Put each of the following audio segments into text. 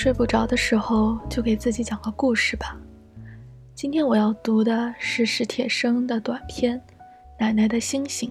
睡不着的时候，就给自己讲个故事吧。今天我要读的是史铁生的短篇《奶奶的星星》。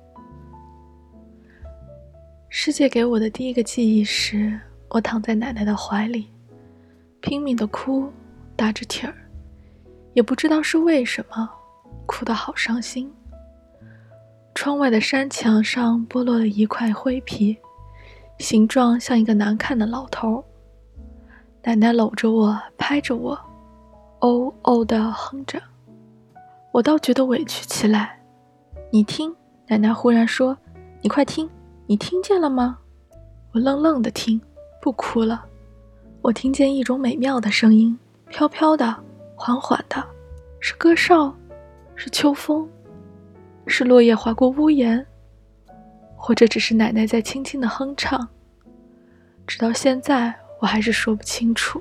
世界给我的第一个记忆是，我躺在奶奶的怀里，拼命地哭，打着挺儿，也不知道是为什么，哭得好伤心。窗外的山墙上剥落了一块灰皮，形状像一个难看的老头。奶奶搂着我，拍着我，哦哦地哼着。我倒觉得委屈起来。你听，奶奶忽然说，你快听，你听见了吗？我愣愣地听，不哭了。我听见一种美妙的声音，飘飘的，缓缓的，是歌哨，是秋风，是落叶划过屋檐，或者只是奶奶在轻轻地哼唱。直到现在我还是说不清楚。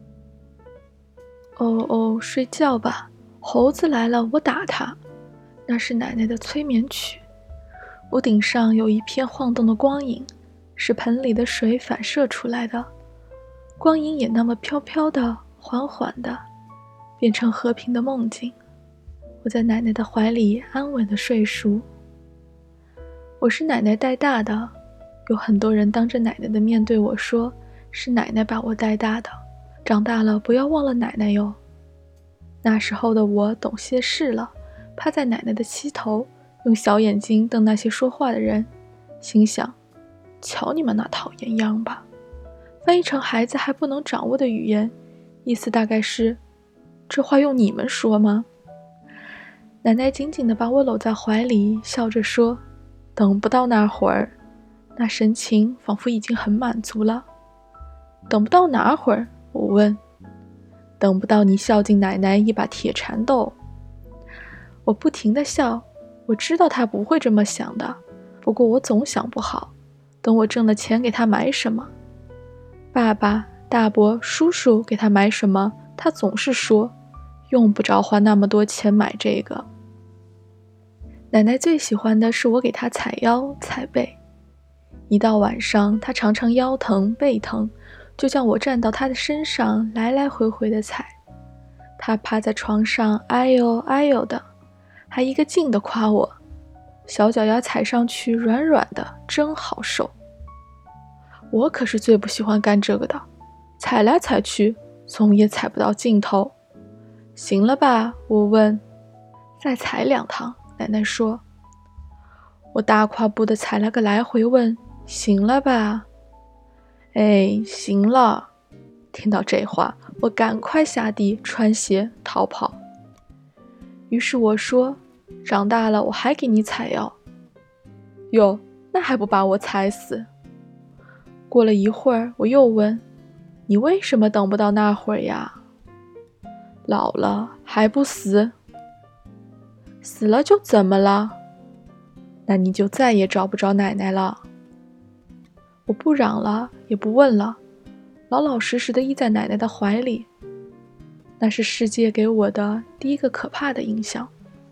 哦哦，睡觉吧，猴子来了，我打它。那是奶奶的催眠曲。屋顶上有一片晃动的光影，是盆里的水反射出来的，光影也那么飘飘的，缓缓的，变成和平的梦境。我在奶奶的怀里安稳地睡熟。我是奶奶带大的，有很多人当着奶奶的面对我说，是奶奶把我带大的，长大了不要忘了奶奶哟。那时候的我懂些事了，趴在奶奶的膝头，用小眼睛瞪那些说话的人，心想，瞧你们那讨厌样吧。翻译成孩子还不能掌握的语言，意思大概是，这话用你们说吗？奶奶紧紧地把我搂在怀里，笑着说，等不到那会儿，那神情仿佛已经很满足了。等不到哪会儿？我问。等不到你孝敬奶奶一把铁铲斗。我不停地笑，我知道她不会这么想的，不过我总想不好，等我挣了钱给她买什么。爸爸、大伯、叔叔给她买什么，她总是说，用不着花那么多钱买这个。奶奶最喜欢的是我给她踩腰、踩背。一到晚上，她常常腰疼、背疼，就叫我站到她的身上，来来回回地踩。她趴在床上，哎呦哎呦的，还一个劲地夸我，小脚丫踩上去软软的，真好受。我可是最不喜欢干这个的，踩来踩去，总也踩不到尽头。行了吧？我问。再踩2趟，奶奶说。我大跨步地踩了个来回，问，行了吧？哎，行了。听到这话，我赶快下地穿鞋逃跑。于是我说，长大了我还给你踩腰。哟，那还不把我踩死？过了一会儿，我又问，你为什么等不到那会儿呀？老了还不死？死了就怎么了？那你就再也找不着奶奶了。我不嚷了，也不问了，老老实实地依在奶奶的怀里。那是世界给我的第一个可怕的印象。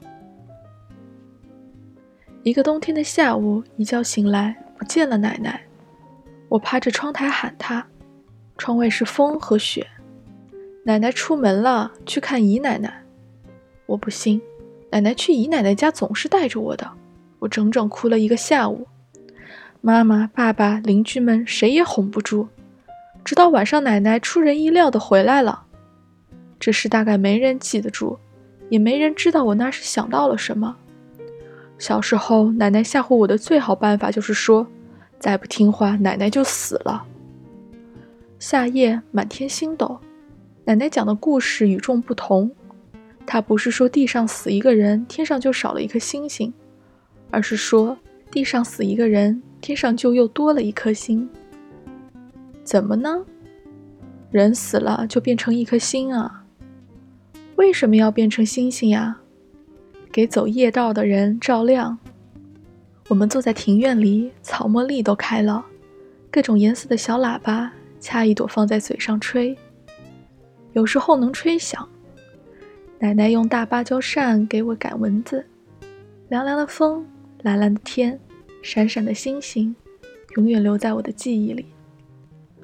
一个冬天的下午，一觉醒来，不见了奶奶。我趴着窗台喊她，窗外是风和雪。奶奶出门了，去看姨奶奶。我不信，奶奶去姨奶奶家总是带着我的。我整整哭了一个下午。妈妈、爸爸、邻居们谁也哄不住，直到晚上奶奶出人意料地回来了。这事大概没人记得住，也没人知道我那时想到了什么。小时候，奶奶吓唬我的最好办法就是说，再不听话，奶奶就死了。夏夜，满天星斗，奶奶讲的故事与众不同。她不是说地上死一个人，天上就少了一颗星星，而是说地上死一个人，天上就又多了一颗星。怎么呢？人死了就变成一颗星啊？为什么要变成星星呀？给走夜道的人照亮。我们坐在庭院里，草茉莉都开了，各种颜色的小喇叭，掐一朵放在嘴上吹，有时候能吹响。奶奶用大芭蕉扇给我赶蚊子，凉凉的风，蓝蓝的天，闪闪的星星，永远留在我的记忆里。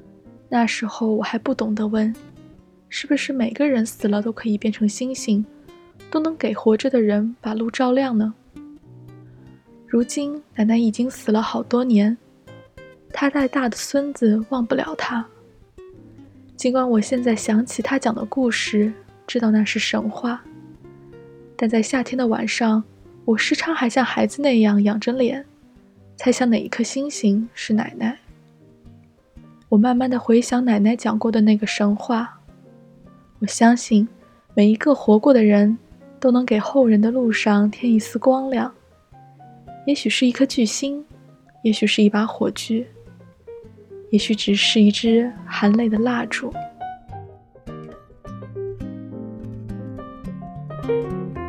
那时候我还不懂得问，是不是每个人死了都可以变成星星，都能给活着的人把路照亮呢？如今奶奶已经死了好多年，她带大的孙子忘不了她。尽管我现在想起她讲的故事，知道那是神话，但在夏天的晚上，我时常还像孩子那样仰着脸，猜想哪一颗星星是奶奶。我慢慢地回想奶奶讲过的那个神话，我相信每一个活过的人都能给后人的路上添一丝光亮，也许是一颗巨星，也许是一把火炬，也许只是一支含泪的蜡烛。